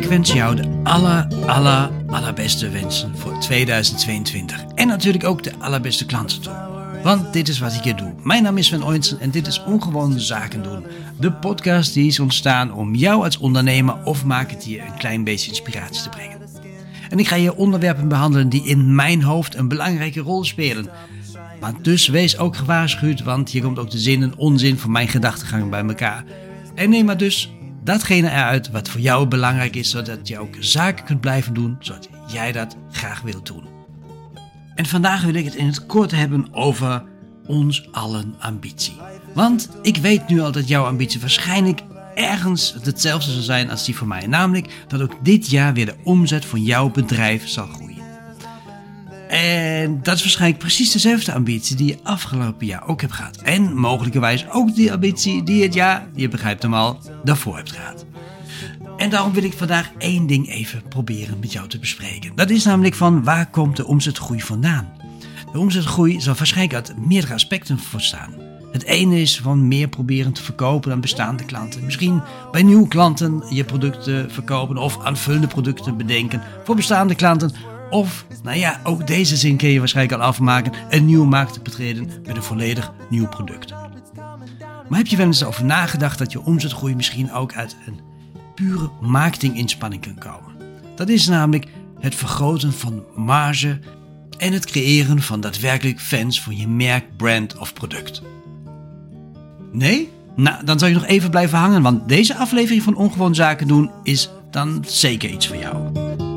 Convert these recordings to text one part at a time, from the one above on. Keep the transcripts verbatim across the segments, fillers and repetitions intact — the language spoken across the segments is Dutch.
wens jou de aller, aller, allerbeste wensen voor tweeduizend tweeëntwintig. En natuurlijk ook de allerbeste klanten toe. Want dit is wat ik hier doe. Mijn naam is Sven Oijnsen en dit is Ongewone Zaken doen. De podcast die is ontstaan om jou als ondernemer of marketeer een klein beetje inspiratie te brengen. En ik ga hier onderwerpen behandelen die in mijn hoofd een belangrijke rol spelen. Maar dus wees ook gewaarschuwd, want hier komt ook de zin en onzin van mijn gedachtegang bij elkaar. En neem maar dus datgene eruit wat voor jou belangrijk is, zodat je ook zaken kunt blijven doen zoals jij dat graag wilt doen. En vandaag wil ik het in het kort hebben over ons allen ambitie. Want ik weet nu al dat jouw ambitie waarschijnlijk ergens hetzelfde zal zijn als die van mij. Namelijk dat ook dit jaar weer de omzet van jouw bedrijf zal groeien. En dat is waarschijnlijk precies dezelfde ambitie die je afgelopen jaar ook hebt gehad. En mogelijkerwijs ook die ambitie die het jaar, je begrijpt hem al, daarvoor hebt gehad. En daarom wil ik vandaag één ding even proberen met jou te bespreken. Dat is namelijk van waar komt de omzetgroei vandaan? De omzetgroei zal waarschijnlijk uit meerdere aspecten voorstaan. Het ene is van meer proberen te verkopen aan bestaande klanten. Misschien bij nieuwe klanten je producten verkopen of aanvullende producten bedenken voor bestaande klanten. Of, nou ja, ook deze zin kun je waarschijnlijk al afmaken, een nieuwe markt te betreden met een volledig nieuw product. Maar heb je wel eens over nagedacht dat je omzetgroei misschien ook uit een pure marketinginspanning kan komen? Dat is namelijk het vergroten van marge en het creëren van daadwerkelijk fans voor je merk, brand of product. Nee? Nou, dan zou je nog even blijven hangen, want deze aflevering van Ongewoon Zaken doen is dan zeker iets voor jou.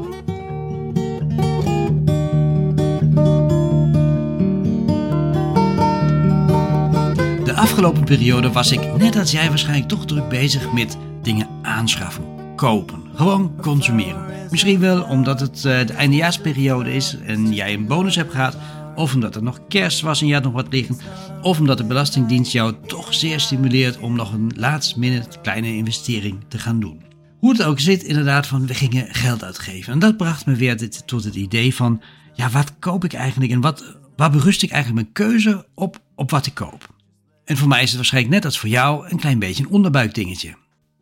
De afgelopen periode was ik, net als jij waarschijnlijk, toch druk bezig met dingen aanschaffen, kopen, gewoon consumeren. Misschien wel omdat het uh, de eindejaarsperiode is en jij een bonus hebt gehad, of omdat er nog kerst was en je had nog wat liggen, of omdat de Belastingdienst jou toch zeer stimuleert om nog een last minute kleine investering te gaan doen. Hoe het ook zit, inderdaad, van we gingen geld uitgeven. En dat bracht me weer dit, tot het idee van, ja, wat koop ik eigenlijk en wat, waar berust ik eigenlijk mijn keuze op, op wat ik koop? En voor mij is het waarschijnlijk net als voor jou een klein beetje een onderbuikdingetje.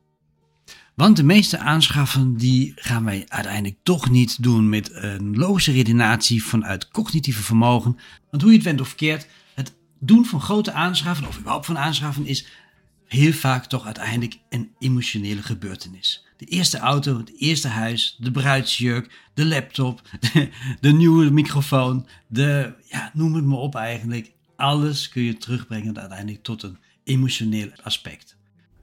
Want de meeste aanschaffen die gaan wij uiteindelijk toch niet doen met een logische redenatie vanuit cognitieve vermogen. Want hoe je het went of keert, het doen van grote aanschaffen of überhaupt van aanschaffen is heel vaak toch uiteindelijk een emotionele gebeurtenis. De eerste auto, het eerste huis, de bruidsjurk, de laptop, de, de nieuwe microfoon, de, ja, noem het maar op eigenlijk. Alles kun je terugbrengen uiteindelijk tot een emotioneel aspect.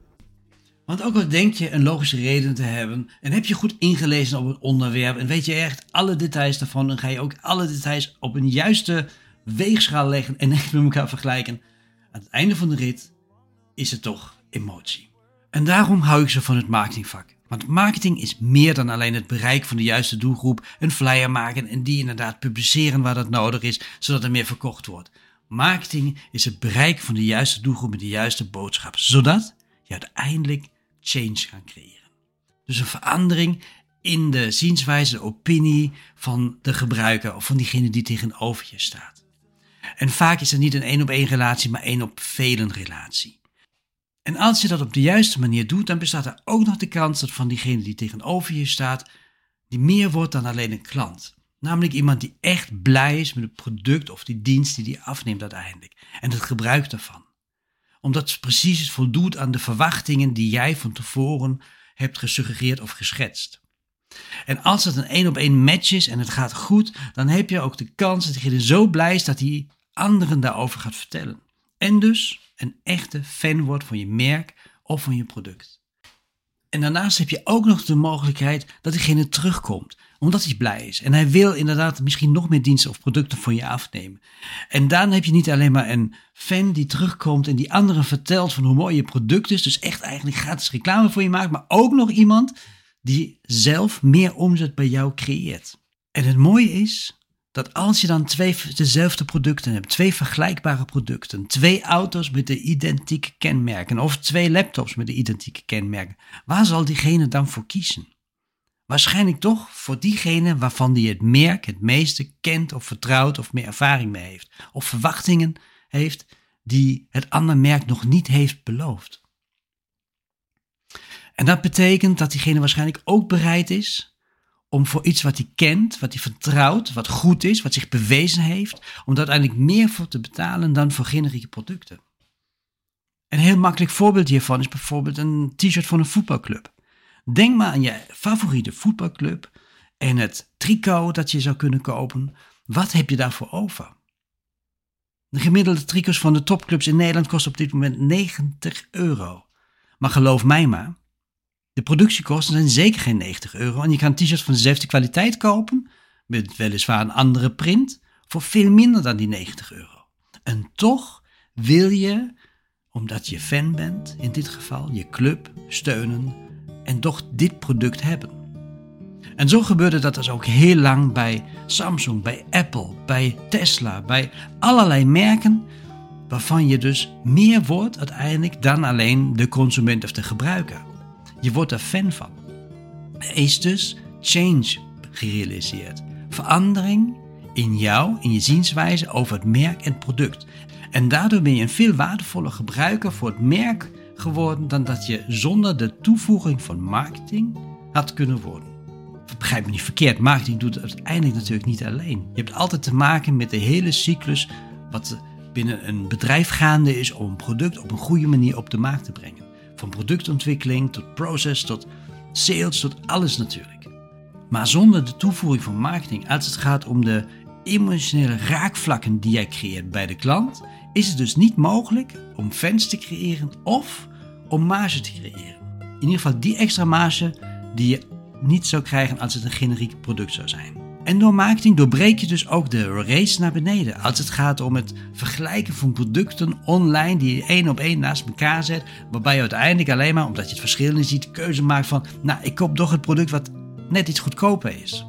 Want ook al denk je een logische reden te hebben en heb je goed ingelezen op het onderwerp en weet je echt alle details daarvan, dan ga je ook alle details op een juiste weegschaal leggen en echt met elkaar vergelijken. Aan het einde van de rit is het toch emotie. En daarom hou ik zo van het marketingvak. Want marketing is meer dan alleen het bereik van de juiste doelgroep, een flyer maken en die inderdaad publiceren waar dat nodig is, zodat er meer verkocht wordt. Marketing is het bereiken van de juiste doelgroep met de juiste boodschap, zodat je uiteindelijk change kan creëren. Dus een verandering in de zienswijze, de opinie van de gebruiker of van diegene die tegenover je staat. En vaak is het niet een één op één relatie, maar één op velen relatie. En als je dat op de juiste manier doet, dan bestaat er ook nog de kans dat van diegene die tegenover je staat, die meer wordt dan alleen een klant. Namelijk iemand die echt blij is met het product of die dienst die hij afneemt uiteindelijk. En het gebruik daarvan. Omdat het precies voldoet aan de verwachtingen die jij van tevoren hebt gesuggereerd of geschetst. En als het een één op één match is en het gaat goed, dan heb je ook de kans dat diegene zo blij is dat hij anderen daarover gaat vertellen. En dus een echte fan wordt van je merk of van je product. En daarnaast heb je ook nog de mogelijkheid dat diegene terugkomt, omdat hij blij is. En hij wil inderdaad misschien nog meer diensten of producten van je afnemen. En dan heb je niet alleen maar een fan die terugkomt en die anderen vertelt van hoe mooi je product is. Dus echt eigenlijk gratis reclame voor je maakt. Maar ook nog iemand die zelf meer omzet bij jou creëert. En het mooie is dat als je dan twee dezelfde producten hebt, twee vergelijkbare producten, twee auto's met de identieke kenmerken of twee laptops met de identieke kenmerken, waar zal diegene dan voor kiezen? Waarschijnlijk toch voor diegene waarvan die het merk het meeste kent of vertrouwt of meer ervaring mee heeft. Of verwachtingen heeft die het andere merk nog niet heeft beloofd. En dat betekent dat diegene waarschijnlijk ook bereid is om voor iets wat hij kent, wat hij vertrouwt, wat goed is, wat zich bewezen heeft, om daar uiteindelijk meer voor te betalen dan voor generieke producten. Een heel makkelijk voorbeeld hiervan is bijvoorbeeld een t-shirt van een voetbalclub. Denk maar aan je favoriete voetbalclub en het tricot dat je zou kunnen kopen. Wat heb je daarvoor over? De gemiddelde tricots van de topclubs in Nederland kosten op dit moment negentig euro. Maar geloof mij maar, de productiekosten zijn zeker geen negentig euro. En je kan t-shirts van dezelfde kwaliteit kopen, met weliswaar een andere print, voor veel minder dan die negentig euro. En toch wil je, omdat je fan bent, in dit geval je club steunen en toch dit product hebben. En zo gebeurde dat dus ook heel lang bij Samsung, bij Apple, bij Tesla, bij allerlei merken, waarvan je dus meer wordt uiteindelijk dan alleen de consument of de gebruiker. Je wordt er fan van. Er is dus change gerealiseerd. Verandering in jou, in je zienswijze over het merk en het product. En daardoor ben je een veel waardevoller gebruiker voor het merk geworden dan dat je zonder de toevoeging van marketing had kunnen worden. Begrijp me niet verkeerd, marketing doet het uiteindelijk natuurlijk niet alleen. Je hebt altijd te maken met de hele cyclus wat binnen een bedrijf gaande is om een product op een goede manier op de markt te brengen. Van productontwikkeling tot proces, tot sales, tot alles natuurlijk. Maar zonder de toevoeging van marketing, als het gaat om de emotionele raakvlakken die jij creëert bij de klant, is het dus niet mogelijk om fans te creëren of om marge te creëren. In ieder geval die extra marge die je niet zou krijgen als het een generiek product zou zijn. En door marketing doorbreek je dus ook de race naar beneden. Als het gaat om het vergelijken van producten online die je één op één naast elkaar zet, waarbij je uiteindelijk alleen maar, omdat je het verschil niet ziet, de keuze maakt van, nou, ik koop toch het product wat net iets goedkoper is.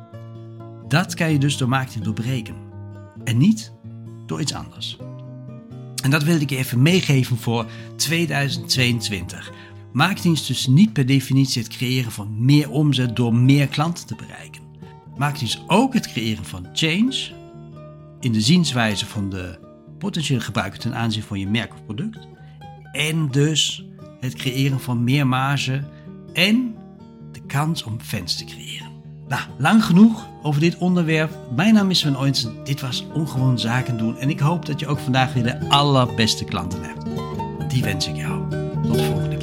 Dat kan je dus door marketing doorbreken. En niet door iets anders. En dat wilde ik je even meegeven voor tweeduizend tweeëntwintig. Marketing is dus niet per definitie het creëren van meer omzet door meer klanten te bereiken. Marketing is ook het creëren van change in de zienswijze van de potentiële gebruiker ten aanzien van je merk of product. En dus het creëren van meer marge en de kans om fans te creëren. Nou, lang genoeg over dit onderwerp. Mijn naam is Sven Oijnsen. Dit was Ongewoon Zaken doen. En ik hoop dat je ook vandaag weer de allerbeste klanten hebt. Die wens ik jou. Tot de volgende keer.